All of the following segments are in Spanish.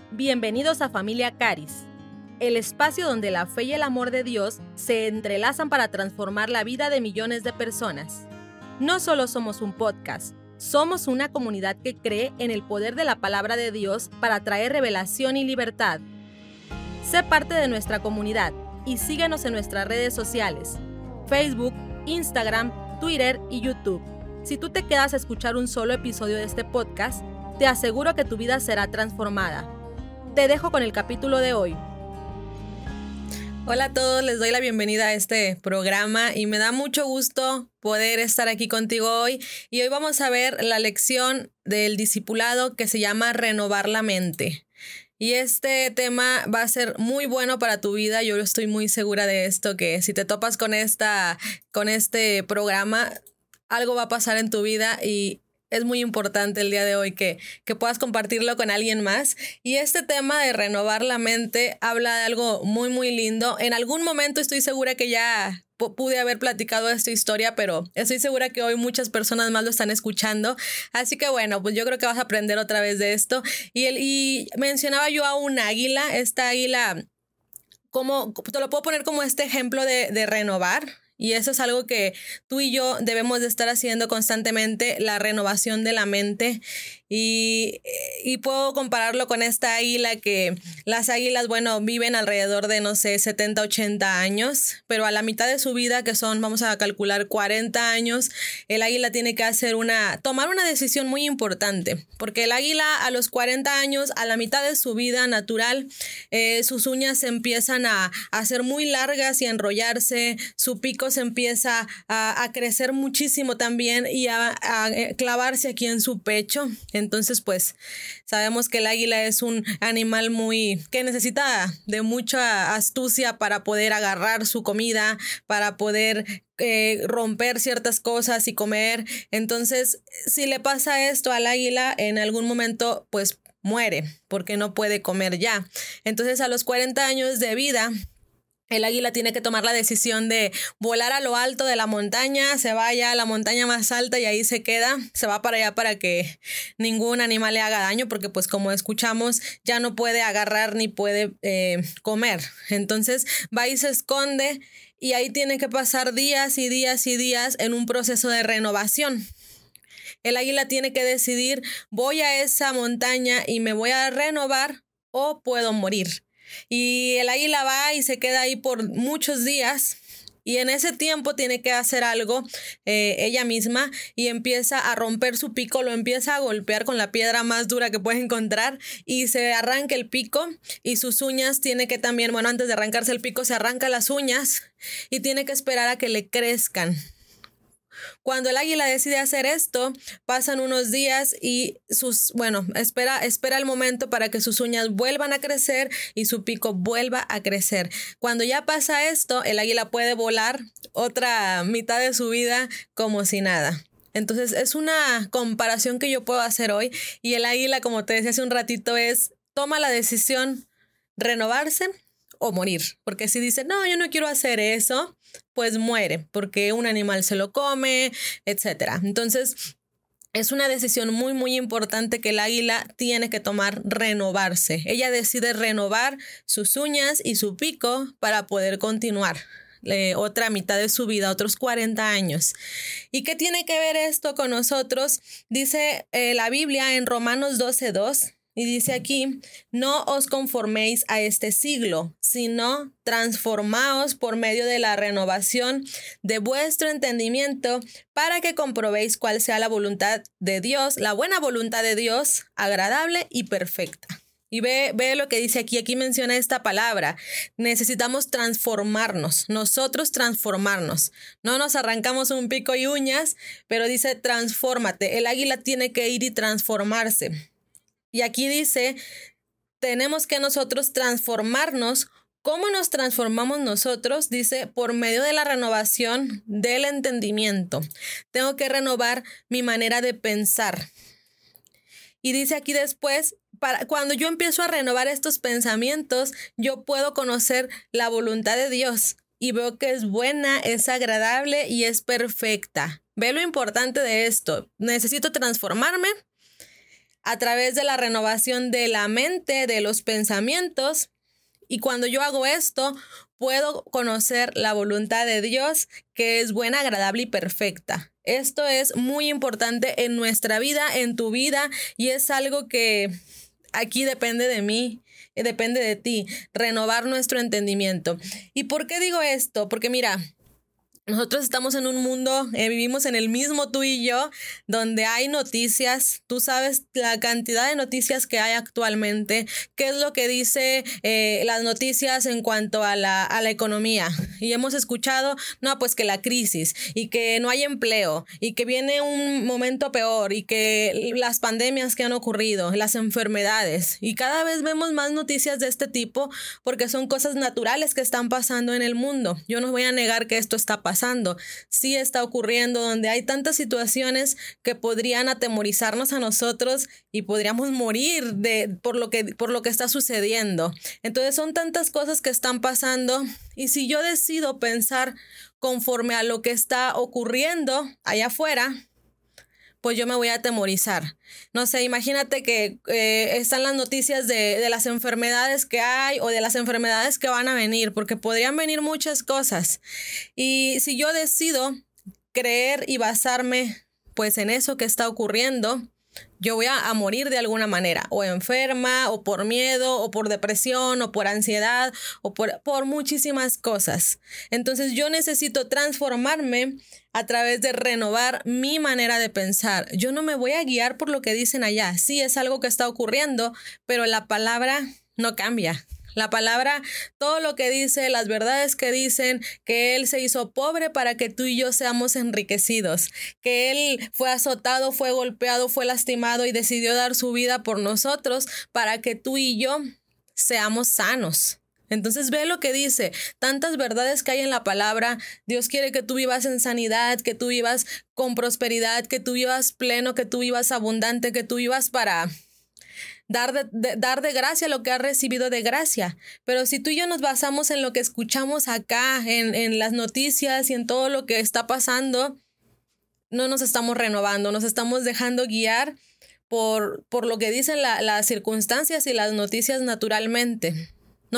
Bienvenidos a Familia Caris, el espacio donde la fe y el amor de Dios se entrelazan para transformar la vida de millones de personas. No solo somos un podcast, somos una comunidad que cree en el poder de la palabra de Dios para traer revelación y libertad. Sé parte de nuestra comunidad y síguenos en nuestras redes sociales, Facebook, Instagram, Twitter y YouTube. Si tú te quedas a escuchar un solo episodio de este podcast, te aseguro que tu vida será transformada. Te dejo con el capítulo de hoy. Hola a todos, les doy la bienvenida a este programa y me da mucho gusto poder estar aquí contigo hoy. Y hoy vamos a ver la lección del discipulado que se llama Renovar la mente. Y este tema va a ser muy bueno para tu vida. Yo estoy muy segura de esto, que si te topas con este programa, algo va a pasar en tu vida y es muy importante el día de hoy que puedas compartirlo con alguien más. Y este tema de renovar la mente habla de algo muy, muy lindo. En algún momento estoy segura que ya pude haber platicado esta historia, pero estoy segura que hoy muchas personas más lo están escuchando. Así que bueno, pues yo creo que vas a aprender otra vez de esto. Y mencionaba yo a un águila. Esta águila, como te lo puedo poner como este ejemplo de renovar. Y eso es algo que tú y yo debemos de estar haciendo constantemente, la renovación de la mente. Y puedo compararlo con esta águila, que las águilas, bueno, viven alrededor de, 70, 80 años, pero a la mitad de su vida, que son, vamos a calcular, 40 años, el águila tiene que tomar una decisión muy importante, porque el águila a los 40 años, a la mitad de su vida natural, sus uñas se empiezan a hacer muy largas y a enrollarse, su pico se empieza a crecer muchísimo también y a clavarse aquí en su pecho. Entonces, pues, sabemos que el águila es un animal que necesita de mucha astucia para poder agarrar su comida, para poder romper ciertas cosas y comer. Entonces, si le pasa esto al águila, en algún momento, pues, muere porque no puede comer ya. Entonces, a los 40 años de vida, el águila tiene que tomar la decisión de volar a lo alto de la montaña, se va allá a la montaña más alta y ahí se queda, se va para allá para que ningún animal le haga daño, porque pues como escuchamos ya no puede agarrar ni puede comer. Entonces va y se esconde y ahí tiene que pasar días y días y días en un proceso de renovación. El águila tiene que decidir, voy a esa montaña y me voy a renovar o puedo morir. Y el águila va y se queda ahí por muchos días y en ese tiempo tiene que hacer algo ella misma y empieza a romper su pico, lo empieza a golpear con la piedra más dura que puede encontrar y se arranca el pico y sus uñas tiene que también, bueno, antes de arrancarse el pico se arranca las uñas y tiene que esperar a que le crezcan. Cuando el águila decide hacer esto, pasan unos días y espera el momento para que sus uñas vuelvan a crecer y su pico vuelva a crecer. Cuando ya pasa esto, el águila puede volar otra mitad de su vida como si nada. Entonces es una comparación que yo puedo hacer hoy y el águila, como te decía hace un ratito, toma la decisión renovarse o morir, porque si dice, no, yo no quiero hacer eso, pues muere, porque un animal se lo come, etcétera. Entonces, es una decisión muy, muy importante que el águila tiene que tomar, renovarse. Ella decide renovar sus uñas y su pico para poder continuar otra mitad de su vida, otros 40 años. ¿Y qué tiene que ver esto con nosotros? Dice la Biblia en Romanos 12:2. Y dice aquí, no os conforméis a este siglo, sino transformaos por medio de la renovación de vuestro entendimiento para que comprobéis cuál sea la voluntad de Dios, la buena voluntad de Dios, agradable y perfecta. Y ve lo que dice aquí. Aquí menciona esta palabra. Necesitamos transformarnos, nosotros transformarnos. No nos arrancamos un pico y uñas, pero dice transfórmate. El águila tiene que ir y transformarse. Y aquí dice, tenemos que nosotros transformarnos. ¿Cómo nos transformamos nosotros? Dice, por medio de la renovación del entendimiento. Tengo que renovar mi manera de pensar. Y dice aquí después, cuando yo empiezo a renovar estos pensamientos, yo puedo conocer la voluntad de Dios. Y veo que es buena, es agradable y es perfecta. Ve lo importante de esto. Necesito transformarme. a través de la renovación de la mente, de los pensamientos. Y cuando yo hago esto, puedo conocer la voluntad de Dios, que es buena, agradable y perfecta. Esto es muy importante en nuestra vida, en tu vida, y es algo que aquí depende de mí, depende de ti, renovar nuestro entendimiento. ¿Y por qué digo esto? Porque mira, nosotros estamos en un mundo, vivimos en el mismo tú y yo, donde hay noticias. Tú sabes la cantidad de noticias que hay actualmente, qué es lo que dice las noticias en cuanto a la economía. Y hemos escuchado, no, pues que la crisis y que no hay empleo y que viene un momento peor y que las pandemias que han ocurrido, las enfermedades. Y cada vez vemos más noticias de este tipo porque son cosas naturales que están pasando en el mundo. Yo no voy a negar que esto está pasando. Sí está ocurriendo, donde hay tantas situaciones que podrían atemorizarnos a nosotros y podríamos morir por lo que está sucediendo. Entonces son tantas cosas que están pasando, y si yo decido pensar conforme a lo que está ocurriendo allá afuera, pues yo me voy a atemorizar. No sé, imagínate que están las noticias de las enfermedades que hay o de las enfermedades que van a venir, porque podrían venir muchas cosas. Y si yo decido creer y basarme pues en eso que está ocurriendo, yo voy a morir de alguna manera, o enferma, o por miedo, o por depresión, o por ansiedad, o por muchísimas cosas. Entonces yo necesito transformarme a través de renovar mi manera de pensar. Yo no me voy a guiar por lo que dicen allá. Sí, es algo que está ocurriendo, pero la palabra no cambia. La palabra, todo lo que dice, las verdades que dicen, que Él se hizo pobre para que tú y yo seamos enriquecidos, que Él fue azotado, fue golpeado, fue lastimado y decidió dar su vida por nosotros para que tú y yo seamos sanos. Entonces ve lo que dice, tantas verdades que hay en la palabra. Dios quiere que tú vivas en sanidad, que tú vivas con prosperidad, que tú vivas pleno, que tú vivas abundante, que tú vivas para dar de gracia lo que has recibido de gracia. Pero si tú y yo nos basamos en lo que escuchamos acá, en las noticias y en todo lo que está pasando, no nos estamos renovando, nos estamos dejando guiar por lo que dicen las circunstancias y las noticias naturalmente.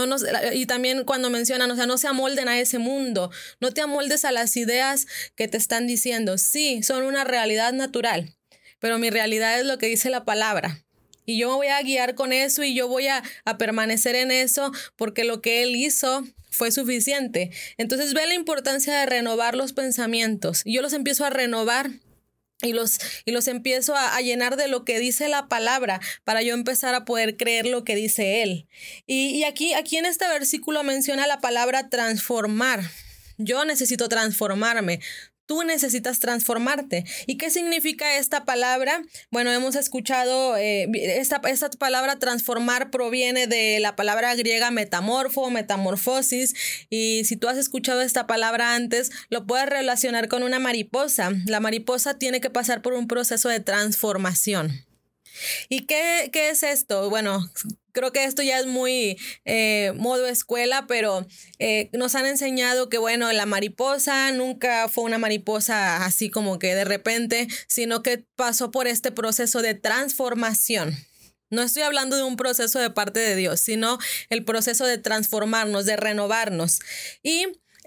Y también cuando mencionan, o sea, no se amolden a ese mundo, no te amoldes a las ideas que te están diciendo. Sí, son una realidad natural, pero mi realidad es lo que dice la palabra. Y yo me voy a guiar con eso y yo voy a permanecer en eso porque lo que Él hizo fue suficiente. Entonces ve la importancia de renovar los pensamientos. Y yo los empiezo a renovar y los empiezo a llenar de lo que dice la palabra para yo empezar a poder creer lo que dice Él. Y aquí en este versículo menciona la palabra transformar. Yo necesito transformarme. Tú necesitas transformarte. ¿Y qué significa esta palabra? Bueno, hemos escuchado esta palabra transformar proviene de la palabra griega metamorfo, metamorfosis. Y si tú has escuchado esta palabra antes, lo puedes relacionar con una mariposa. La mariposa tiene que pasar por un proceso de transformación. ¿Y qué es esto? Bueno, creo que esto ya es muy modo escuela, pero nos han enseñado que, bueno, la mariposa nunca fue una mariposa así como que de repente, sino que pasó por este proceso de transformación. No estoy hablando de un proceso de parte de Dios, sino el proceso de transformarnos, de renovarnos. Y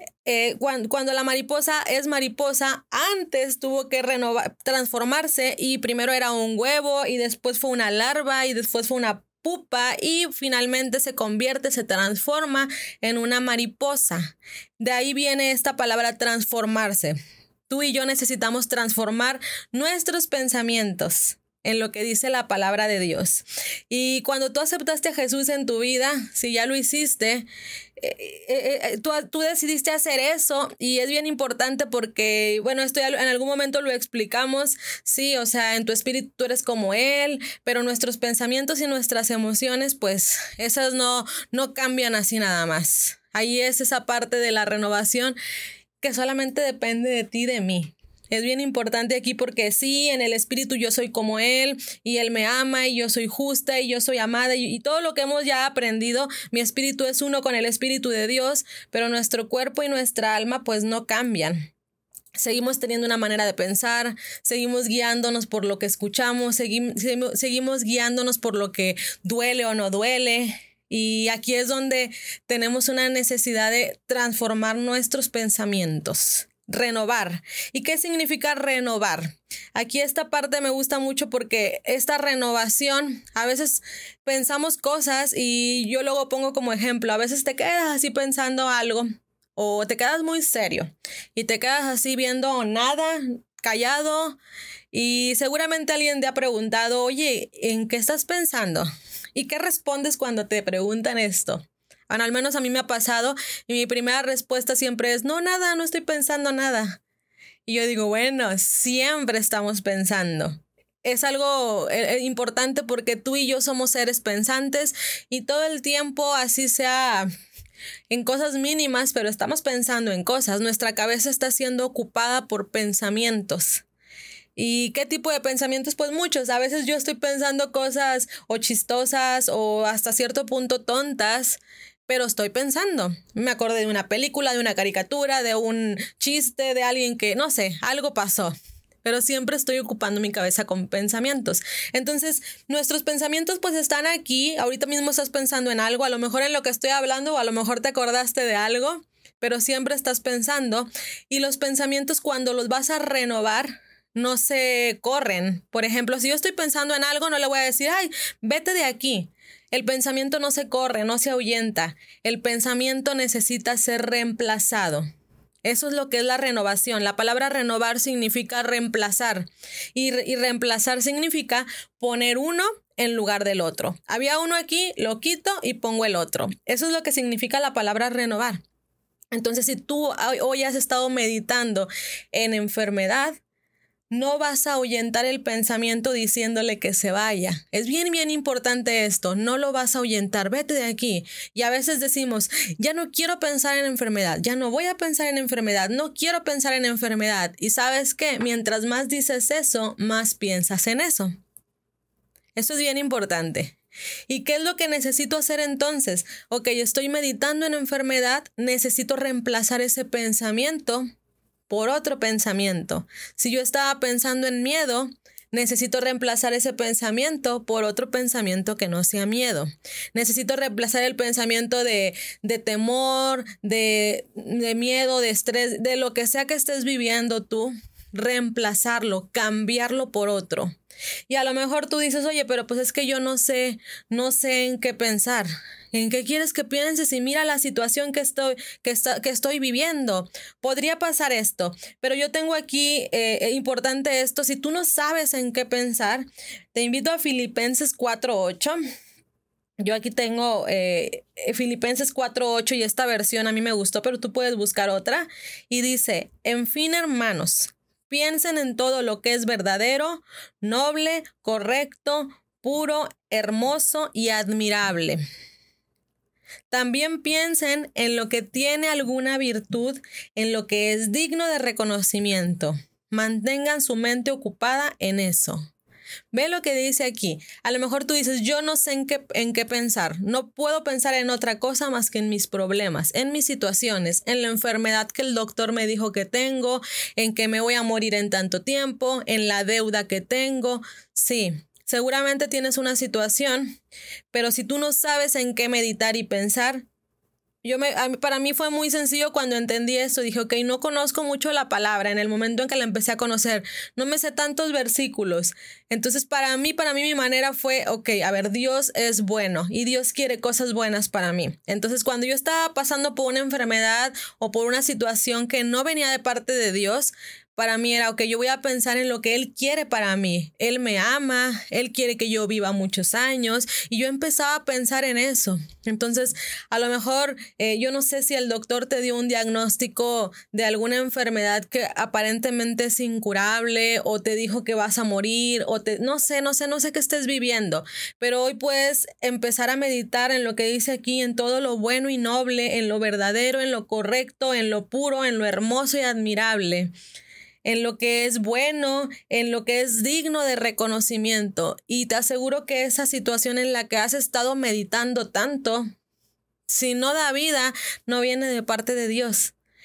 cuando la mariposa es mariposa, antes tuvo que transformarse, y primero era un huevo y después fue una larva y después fue una pupa y finalmente se transforma en una mariposa. De ahí viene esta palabra transformarse. Tú y yo necesitamos transformar nuestros pensamientos en lo que dice la palabra de Dios. Y cuando tú aceptaste a Jesús en tu vida, si ya lo hiciste, tú decidiste hacer eso, y es bien importante porque, bueno, esto ya en algún momento lo explicamos, sí, o sea, en tu espíritu tú eres como Él, pero nuestros pensamientos y nuestras emociones, pues esas no cambian así nada más. Ahí es esa parte de la renovación que solamente depende de ti y de mí. Es bien importante aquí porque sí, en el espíritu yo soy como Él y Él me ama y yo soy justa y yo soy amada y todo lo que hemos ya aprendido, mi espíritu es uno con el espíritu de Dios, pero nuestro cuerpo y nuestra alma pues no cambian. seguimos teniendo una manera de pensar, seguimos guiándonos por lo que escuchamos, seguimos guiándonos por lo que duele o no duele. Y aquí es donde tenemos una necesidad de transformar nuestros pensamientos, renovar. ¿Y qué significa renovar? Aquí esta parte me gusta mucho porque esta renovación, a veces pensamos cosas y yo luego pongo como ejemplo, a veces te quedas así pensando algo o te quedas muy serio y te quedas así viendo nada, callado, y seguramente alguien te ha preguntado, oye, ¿en qué estás pensando? ¿Y qué respondes cuando te preguntan esto? Bueno, al menos a mí me ha pasado y mi primera respuesta siempre es, no, nada, no estoy pensando nada. Y yo digo, bueno, siempre estamos pensando. Es algo importante porque tú y yo somos seres pensantes y todo el tiempo, así sea en cosas mínimas, pero estamos pensando en cosas. Nuestra cabeza está siendo ocupada por pensamientos. ¿Y qué tipo de pensamientos? Pues muchos. A veces yo estoy pensando cosas o chistosas o hasta cierto punto tontas, pero estoy pensando. Me acordé de una película, de una caricatura, de un chiste, de alguien que, no sé, algo pasó. Pero siempre estoy ocupando mi cabeza con pensamientos. Entonces, nuestros pensamientos pues están aquí. Ahorita mismo estás pensando en algo, a lo mejor en lo que estoy hablando, o a lo mejor te acordaste de algo, pero siempre estás pensando. Y los pensamientos, cuando los vas a renovar, no se corren. Por ejemplo, si yo estoy pensando en algo, no le voy a decir, ay, vete de aquí. El pensamiento no se corre, no se ahuyenta. El pensamiento necesita ser reemplazado. Eso es lo que es la renovación. La palabra renovar significa reemplazar. Y reemplazar significa poner uno en lugar del otro. Había uno aquí, lo quito y pongo el otro. Eso es lo que significa la palabra renovar. Entonces, si tú hoy has estado meditando en enfermedad, no vas a ahuyentar el pensamiento diciéndole que se vaya. Es bien, bien importante esto. No lo vas a ahuyentar. Vete de aquí. Y a veces decimos, ya no quiero pensar en enfermedad. Ya no voy a pensar en enfermedad. No quiero pensar en enfermedad. Y ¿sabes qué? Mientras más dices eso, más piensas en eso. Eso es bien importante. ¿Y qué es lo que necesito hacer entonces? Ok, estoy meditando en enfermedad. Necesito reemplazar ese pensamiento por otro pensamiento. Si yo estaba pensando en miedo, necesito reemplazar ese pensamiento por otro pensamiento que no sea miedo. Necesito reemplazar el pensamiento de temor, de miedo, de estrés, de lo que sea que estés viviendo tú, reemplazarlo, cambiarlo por otro. Y a lo mejor tú dices, oye, pero pues es que yo no sé en qué pensar. ¿En qué quieres que pienses? Y mira la situación que estoy viviendo. Podría pasar esto, pero yo tengo aquí importante esto. Si tú no sabes en qué pensar, te invito a Filipenses 4:8. Yo aquí tengo Filipenses 4:8 y esta versión a mí me gustó, pero tú puedes buscar otra. Y dice, en fin, hermanos, piensen en todo lo que es verdadero, noble, correcto, puro, hermoso y admirable. También piensen en lo que tiene alguna virtud, en lo que es digno de reconocimiento. Mantengan su mente ocupada en eso. Ve lo que dice aquí. A lo mejor tú dices, yo no sé en qué pensar. No puedo pensar en otra cosa más que en mis problemas, en mis situaciones, en la enfermedad que el doctor me dijo que tengo, en que me voy a morir en tanto tiempo, en la deuda que tengo. Sí. Seguramente tienes una situación, pero si tú no sabes en qué meditar y pensar, para mí fue muy sencillo cuando entendí esto. Dije, ok, no conozco mucho la palabra. En el momento en que la empecé a conocer, no me sé tantos versículos. Entonces, para mí mi manera fue, ok, a ver, Dios es bueno y Dios quiere cosas buenas para mí. Entonces, cuando yo estaba pasando por una enfermedad o por una situación que no venía de parte de Dios, para mí era, ok, yo voy a pensar en lo que Él quiere para mí. Él me ama, Él quiere que yo viva muchos años. Y yo empezaba a pensar en eso. Entonces, a lo mejor, yo no sé si el doctor te dio un diagnóstico de alguna enfermedad que aparentemente es incurable, o te dijo que vas a morir, no sé qué estés viviendo. Pero hoy puedes empezar a meditar en lo que dice aquí, en todo lo bueno y noble, en lo verdadero, en lo correcto, en lo puro, en lo hermoso y admirable, en lo que es bueno, en lo que es digno de reconocimiento. Y te aseguro que esa situación en la que has estado meditando tanto, si no da vida, no viene de parte de Dios.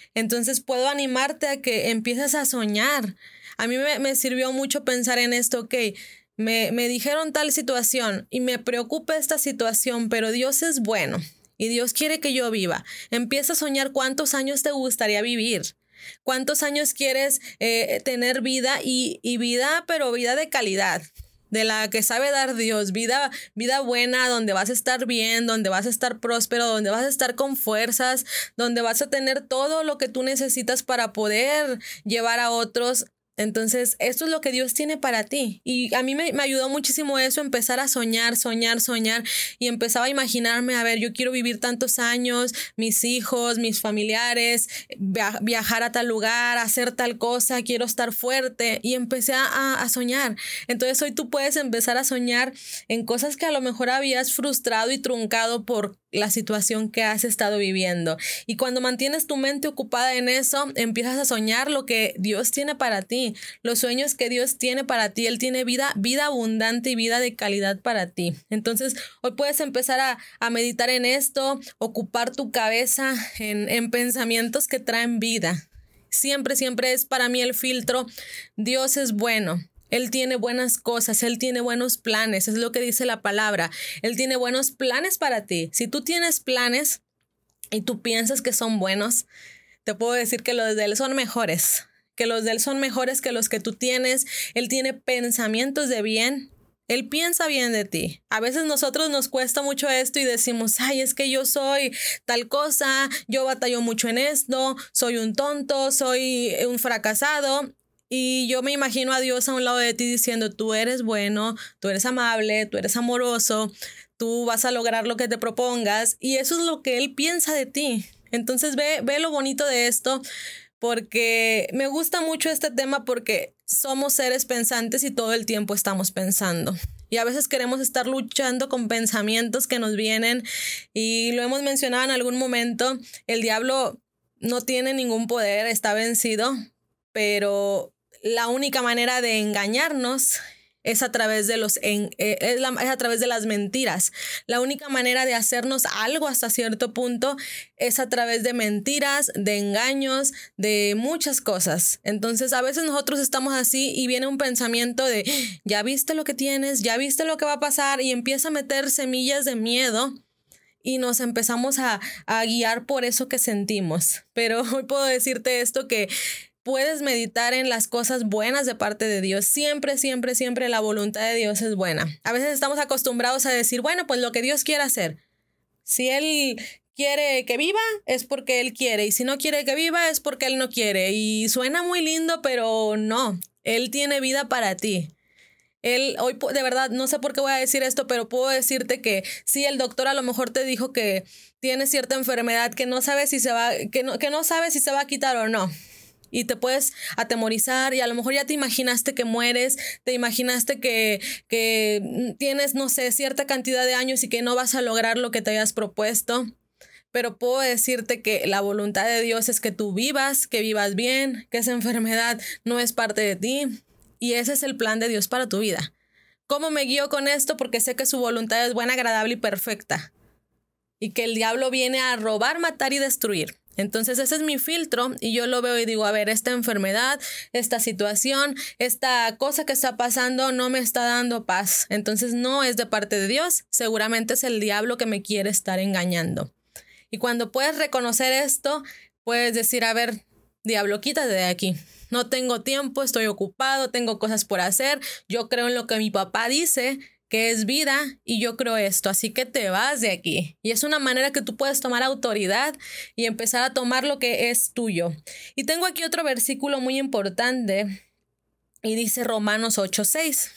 Entonces puedo animarte a que empieces a soñar. A mí me sirvió mucho pensar en esto, ok, me dijeron tal situación y me preocupa esta situación, pero Dios es bueno y Dios quiere que yo viva. Empieza a soñar cuántos años te gustaría vivir. ¿Cuántos años quieres tener vida y vida, pero vida de calidad? De la que sabe dar Dios, vida buena, donde vas a estar bien, donde vas a estar próspero, donde vas a estar con fuerzas, donde vas a tener todo lo que tú necesitas para poder llevar a otros. Entonces, esto es lo que Dios tiene para ti. Y a mí me ayudó muchísimo eso, empezar a soñar. Y empezaba a imaginarme, a ver, yo quiero vivir tantos años, mis hijos, mis familiares, viajar a tal lugar, hacer tal cosa, quiero estar fuerte. Y empecé a soñar. Entonces, hoy tú puedes empezar a soñar en cosas que a lo mejor habías frustrado y truncado por la situación que has estado viviendo. Y cuando mantienes tu mente ocupada en eso, empiezas a soñar lo que Dios tiene para ti, los sueños que Dios tiene para ti. Él tiene vida abundante y vida de calidad para ti. Entonces, hoy puedes empezar a meditar en esto, ocupar tu cabeza en pensamientos que traen vida. Siempre es para mí el filtro. Dios es bueno. Él tiene buenas cosas, Él tiene buenos planes, es lo que dice la palabra. Él tiene buenos planes para ti. Si tú tienes planes y tú piensas que son buenos, te puedo decir que los de Él son mejores, que los de Él son mejores que los que tú tienes. Él tiene pensamientos de bien. Él piensa bien de ti. A veces nosotros nos cuesta mucho esto y decimos, ay, es que yo soy tal cosa, yo batallo mucho en esto, soy un tonto, soy un fracasado. Y yo me imagino a Dios a un lado de ti diciendo, tú eres bueno, tú eres amable, tú eres amoroso, tú vas a lograr lo que te propongas. Y eso es lo que Él piensa de ti. Entonces ve lo bonito de esto, porque me gusta mucho este tema porque somos seres pensantes y todo el tiempo estamos pensando. Y a veces queremos estar luchando con pensamientos que nos vienen, y lo hemos mencionado en algún momento, el diablo no tiene ningún poder, está vencido, pero la única manera de engañarnos es a través de es a través de las mentiras. La única manera de hacernos algo hasta cierto punto es a través de mentiras, de engaños, de muchas cosas. Entonces, a veces nosotros estamos así y viene un pensamiento de, ya viste lo que tienes, ya viste lo que va a pasar, y empieza a meter semillas de miedo. Y nos empezamos a guiar por eso que sentimos. Pero hoy puedo decirte esto, que puedes meditar en las cosas buenas de parte de Dios. Siempre la voluntad de Dios es buena. A veces estamos acostumbrados a decir, bueno, pues lo que Dios quiera hacer. Si Él quiere que viva, es porque Él quiere. Y si no quiere que viva, es porque Él no quiere. Y suena muy lindo, pero no. Él tiene vida para ti. Él, hoy de verdad, no sé por qué voy a decir esto, pero puedo decirte que sí, el doctor a lo mejor te dijo que tienes cierta enfermedad que no sabe si se va, que no sabe si se va a quitar o no. Y te puedes atemorizar, y a lo mejor ya te imaginaste que mueres, te imaginaste que tienes, no sé, cierta cantidad de años y que no vas a lograr lo que te hayas propuesto. Pero puedo decirte que la voluntad de Dios es que tú vivas, que vivas bien, que esa enfermedad no es parte de ti. Y ese es el plan de Dios para tu vida. ¿Cómo me guío con esto? Porque sé que su voluntad es buena, agradable y perfecta. Y que el diablo viene a robar, matar y destruir. Entonces ese es mi filtro, y yo lo veo y digo, a ver, esta enfermedad, esta situación, esta cosa que está pasando no me está dando paz. Entonces no es de parte de Dios, seguramente es el diablo que me quiere estar engañando. Y cuando puedes reconocer esto, puedes decir, a ver, diablo, quítate de aquí. No tengo tiempo, estoy ocupado, tengo cosas por hacer. Yo creo en lo que mi papá dice, que es vida, y yo creo esto, así que te vas de aquí. Y es una manera que tú puedes tomar autoridad y empezar a tomar lo que es tuyo. Y tengo aquí otro versículo muy importante, y dice Romanos 8:6.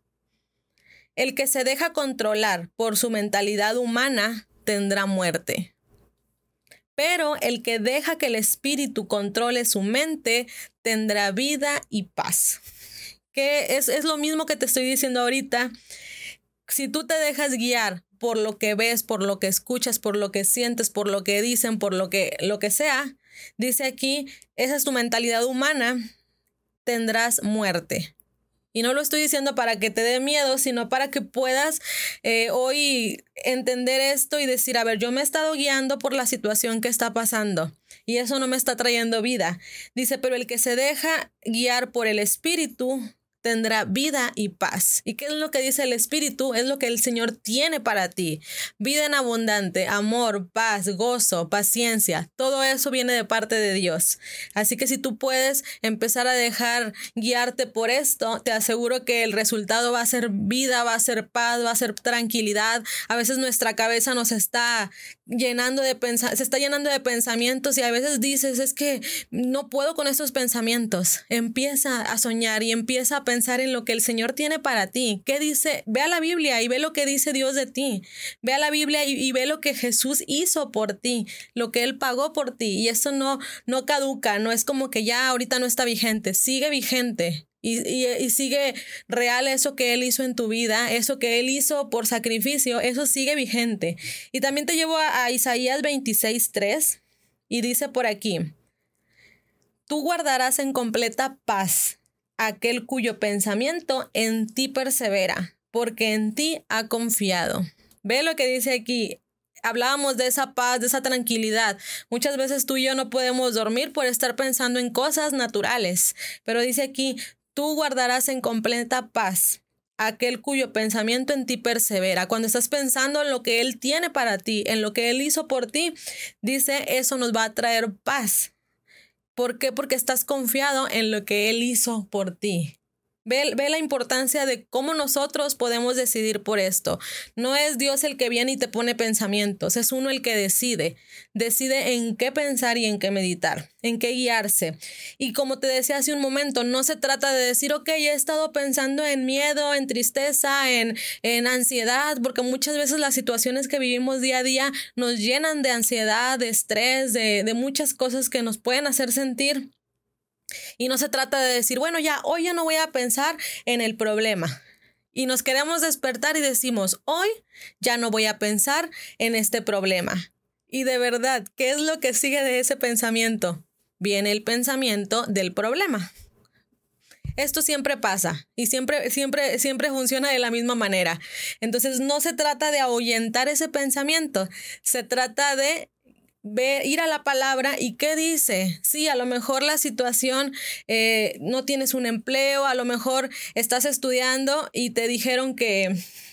El que se deja controlar por su mentalidad humana tendrá muerte. Pero el que deja que el Espíritu controle su mente tendrá vida y paz. Que es lo mismo que te estoy diciendo ahorita. Si tú te dejas guiar por lo que ves, por lo que escuchas, por lo que sientes, por lo que dicen, por lo que sea, dice aquí, esa es tu mentalidad humana, tendrás muerte. Y no lo estoy diciendo para que te dé miedo, sino para que puedas hoy entender esto y decir, a ver, yo me he estado guiando por la situación que está pasando. y eso no me está trayendo vida. Dice, pero el que se deja guiar por el Espíritu tendrá vida y paz. ¿Y qué es lo que dice el Espíritu? Es lo que el Señor tiene para ti. Vida en abundante, amor, paz, gozo, paciencia. Todo eso viene de parte de Dios. Así que si tú puedes empezar a dejar guiarte por esto, te aseguro que el resultado va a ser vida, va a ser paz, va a ser tranquilidad. A veces nuestra cabeza nos está llenando se está llenando de pensamientos y a veces dices, es que no puedo con estos pensamientos. Empieza a soñar y empieza a pensar en lo que el Señor tiene para ti. ¿Qué dice? Ve a la Biblia y ve lo que dice Dios de ti. Ve a la Biblia y ve lo que Jesús hizo por ti, lo que Él pagó por ti. Y eso no caduca, no es como que ya ahorita no está vigente, sigue vigente. Y sigue real eso que Él hizo en tu vida, eso que Él hizo por sacrificio, eso sigue vigente. Y también te llevo a Isaías 26:3 y dice por aquí, tú guardarás en completa paz aquel cuyo pensamiento en ti persevera, porque en ti ha confiado. Ve lo que dice aquí. Hablábamos de esa paz, de esa tranquilidad. Muchas veces tú y yo no podemos dormir por estar pensando en cosas naturales, pero dice aquí, tú guardarás en completa paz aquel cuyo pensamiento en ti persevera. Cuando estás pensando en lo que Él tiene para ti, en lo que Él hizo por ti, dice, eso nos va a traer paz. ¿Por qué? Porque estás confiado en lo que Él hizo por ti. Ve la importancia de cómo nosotros podemos decidir por esto. No es Dios el que viene y te pone pensamientos, es uno el que decide en qué pensar y en qué meditar, en qué guiarse. Y como te decía hace un momento, no se trata de decir, ok, he estado pensando en miedo, en tristeza, en ansiedad, porque muchas veces las situaciones que vivimos día a día nos llenan de ansiedad, de estrés, de muchas cosas que nos pueden hacer sentir. Y no se trata de decir, bueno, hoy ya no voy a pensar en el problema. Y nos queremos despertar y decimos, hoy ya no voy a pensar en este problema. Y de verdad, ¿qué es lo que sigue de ese pensamiento? Viene el pensamiento del problema. Esto siempre pasa y siempre funciona de la misma manera. Entonces no se trata de ahuyentar ese pensamiento, se trata de ir a la palabra y qué dice. Sí, a lo mejor la situación, no tienes un empleo, a lo mejor estás estudiando y te dijeron que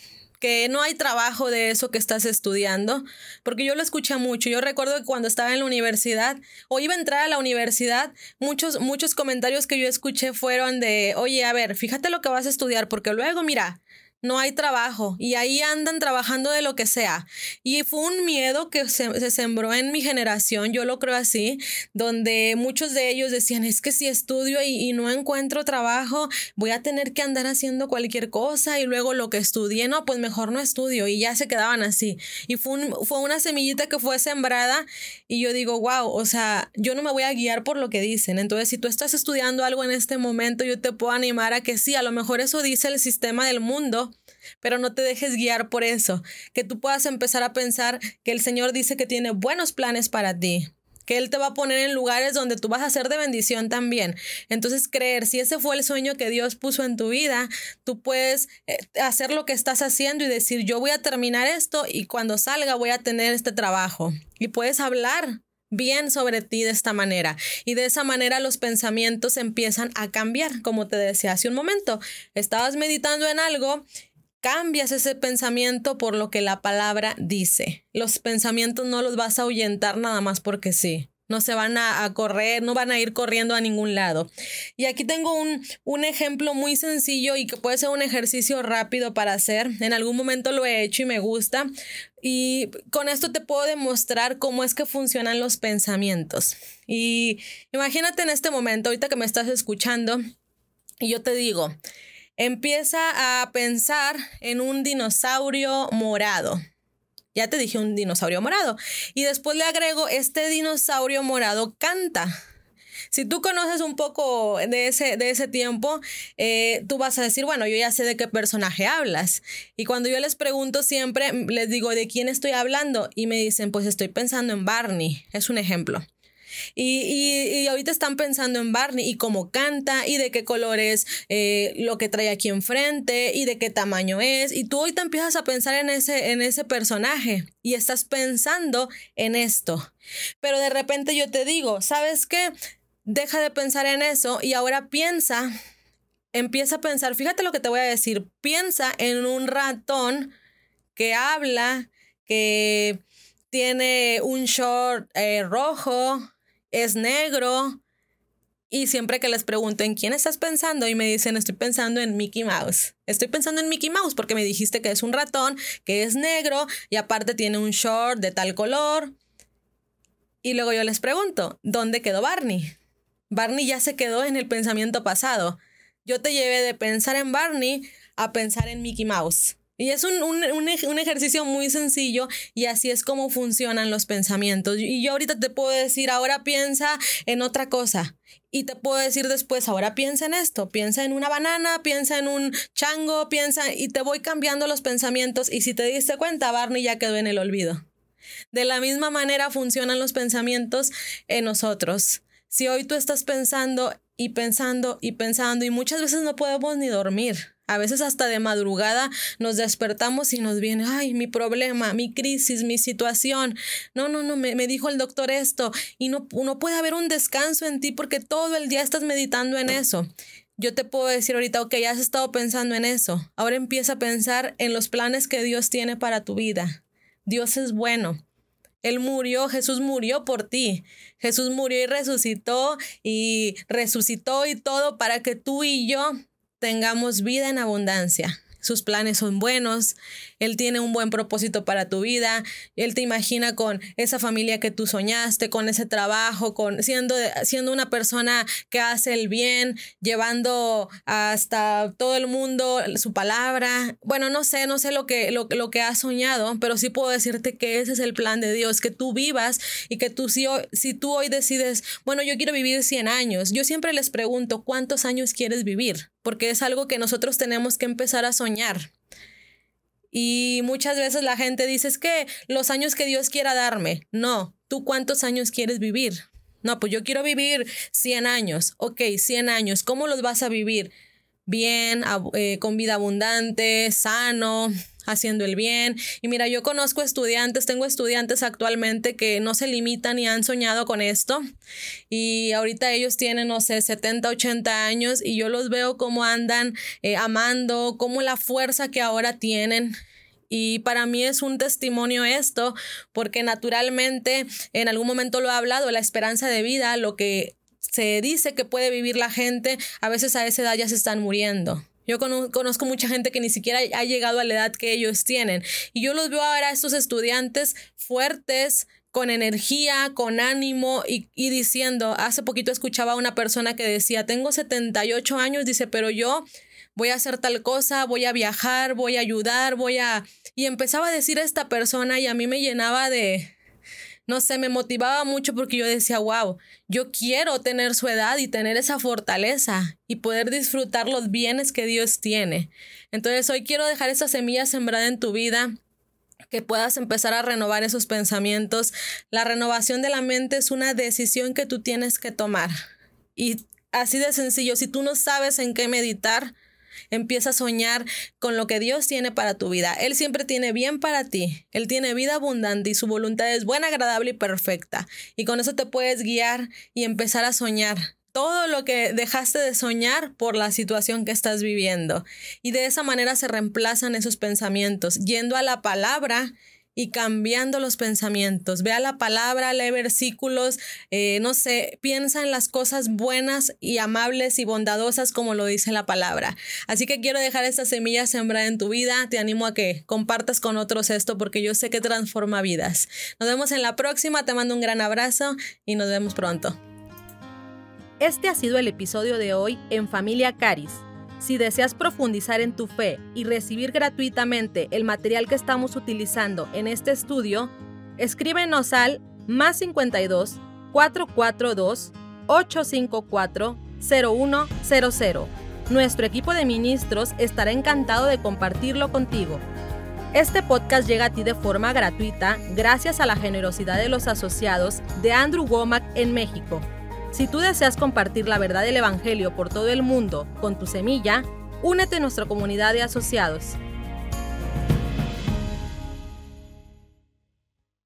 no hay trabajo de eso que estás estudiando, porque yo lo escuché mucho. Yo recuerdo que cuando estaba en la universidad o iba a entrar a la universidad, muchos comentarios que yo escuché fueron de, oye, a ver, fíjate lo que vas a estudiar, porque luego, mira, no hay trabajo y ahí andan trabajando de lo que sea. Y fue un miedo que se sembró en mi generación, yo lo creo así, donde muchos de ellos decían, es que si estudio y no encuentro trabajo, voy a tener que andar haciendo cualquier cosa y luego lo que estudié, no, pues mejor no estudio, y ya se quedaban así. Y fue una semillita que fue sembrada y yo digo, wow, o sea, yo no me voy a guiar por lo que dicen. Entonces, si tú estás estudiando algo en este momento, yo te puedo animar a que sí, a lo mejor eso dice el sistema del mundo, pero no te dejes guiar por eso, que tú puedas empezar a pensar que el Señor dice que tiene buenos planes para ti, que Él te va a poner en lugares donde tú vas a ser de bendición también. Entonces creer, si ese fue el sueño que Dios puso en tu vida, tú puedes hacer lo que estás haciendo y decir, yo voy a terminar esto y cuando salga voy a tener este trabajo. Y puedes hablar bien sobre ti de esta manera, y de esa manera los pensamientos empiezan a cambiar. Como te decía hace un momento, estabas meditando en algo, cambias ese pensamiento por lo que la palabra dice. Los pensamientos no los vas a ahuyentar nada más porque sí. No se van a correr, no van a ir corriendo a ningún lado. Y aquí tengo un ejemplo muy sencillo y que puede ser un ejercicio rápido para hacer. En algún momento lo he hecho y me gusta. Y con esto te puedo demostrar cómo es que funcionan los pensamientos. Y imagínate en este momento, ahorita que me estás escuchando, y yo te digo, empieza a pensar en un dinosaurio morado. Ya te dije un dinosaurio morado. Y después le agrego, este dinosaurio morado canta. Si tú conoces un poco de ese tiempo, tú vas a decir, bueno, yo ya sé de qué personaje hablas. Y cuando yo les pregunto siempre, les digo, ¿de quién estoy hablando? Y me dicen, pues estoy pensando en Barney. Es un ejemplo. Y ahorita están pensando en Barney y cómo canta y de qué color es lo que trae aquí enfrente y de qué tamaño es. Y tú ahorita empiezas a pensar en ese personaje y estás pensando en esto. Pero de repente yo te digo, ¿sabes qué? Deja de pensar en eso y ahora empieza a pensar, fíjate lo que te voy a decir, piensa en un ratón que habla, que tiene un short rojo, es negro, y siempre que les pregunto ¿en quién estás pensando? Y me dicen, estoy pensando en Mickey Mouse. Estoy pensando en Mickey Mouse porque me dijiste que es un ratón, que es negro y aparte tiene un short de tal color. Y luego yo les pregunto, ¿dónde quedó Barney? Barney ya se quedó en el pensamiento pasado. Yo te llevé de pensar en Barney a pensar en Mickey Mouse. Y es un ejercicio muy sencillo y así es como funcionan los pensamientos. Y yo ahorita te puedo decir, ahora piensa en otra cosa. Y te puedo decir después, ahora piensa en esto, piensa en una banana, piensa en un chango, y te voy cambiando los pensamientos. Y si te diste cuenta, Barney ya quedó en el olvido. De la misma manera funcionan los pensamientos en nosotros. Si hoy tú estás pensando y pensando y pensando y muchas veces no podemos ni dormir. A veces hasta de madrugada nos despertamos y nos viene, ay, mi problema, mi crisis, mi situación. No, me dijo el doctor esto. Y no puede haber un descanso en ti porque todo el día estás meditando en eso. Yo te puedo decir ahorita, ok, ya has estado pensando en eso. Ahora empieza a pensar en los planes que Dios tiene para tu vida. Dios es bueno. Él murió, Jesús murió por ti. Jesús murió y resucitó y todo para que tú y yo tengamos vida en abundancia. Sus planes son buenos, Él tiene un buen propósito para tu vida, Él te imagina con esa familia que tú soñaste, con ese trabajo, siendo una persona que hace el bien, llevando hasta todo el mundo su palabra. Bueno, no sé lo que has soñado, pero sí puedo decirte que ese es el plan de Dios, que tú vivas y que si tú hoy decides, bueno, yo quiero vivir 100 años, yo siempre les pregunto, ¿cuántos años quieres vivir? Porque es algo que nosotros tenemos que empezar a soñar. Y muchas veces la gente dice, es que los años que Dios quiera darme. No, ¿tú cuántos años quieres vivir? No, pues yo quiero vivir 100 años. Ok, 100 años. ¿Cómo los vas a vivir? Bien, con vida abundante, sano, haciendo el bien. Y mira, yo tengo estudiantes actualmente que no se limitan y han soñado con esto. Y ahorita ellos tienen, 70, 80 años y yo los veo cómo andan amando, cómo la fuerza que ahora tienen. Y para mí es un testimonio esto, porque naturalmente en algún momento lo he hablado, la esperanza de vida, lo que se dice que puede vivir la gente, a veces a esa edad ya se están muriendo. Yo conozco mucha gente que ni siquiera ha llegado a la edad que ellos tienen. Y yo los veo ahora a estos estudiantes fuertes, con energía, con ánimo y diciendo, hace poquito escuchaba a una persona que decía, tengo 78 años, dice, pero yo voy a hacer tal cosa, voy a viajar, voy a ayudar, Y empezaba a decir esta persona y a mí me llenaba me motivaba mucho porque yo decía, wow, yo quiero tener su edad y tener esa fortaleza y poder disfrutar los bienes que Dios tiene. Entonces hoy quiero dejar esa semilla sembrada en tu vida, que puedas empezar a renovar esos pensamientos. La renovación de la mente es una decisión que tú tienes que tomar. Y así de sencillo, si tú no sabes en qué meditar, empieza a soñar con lo que Dios tiene para tu vida. Él siempre tiene bien para ti. Él tiene vida abundante y su voluntad es buena, agradable y perfecta. Y con eso te puedes guiar y empezar a soñar todo lo que dejaste de soñar por la situación que estás viviendo. Y de esa manera se reemplazan esos pensamientos, yendo a la palabra y cambiando los pensamientos. Ve a la palabra, lee versículos, piensa en las cosas buenas y amables y bondadosas como lo dice la palabra. Así que quiero dejar esta semilla sembrada en tu vida. Te animo a que compartas con otros esto porque yo sé que transforma vidas. Nos vemos en la próxima. Te mando un gran abrazo y nos vemos pronto. Este ha sido el episodio de hoy en Familia Caris. Si deseas profundizar en tu fe y recibir gratuitamente el material que estamos utilizando en este estudio, escríbenos al +52 442 854 0100. Nuestro equipo de ministros estará encantado de compartirlo contigo. Este podcast llega a ti de forma gratuita gracias a la generosidad de los asociados de Andrew Wommack en México. Si tú deseas compartir la verdad del Evangelio por todo el mundo con tu semilla, únete a nuestra comunidad de asociados.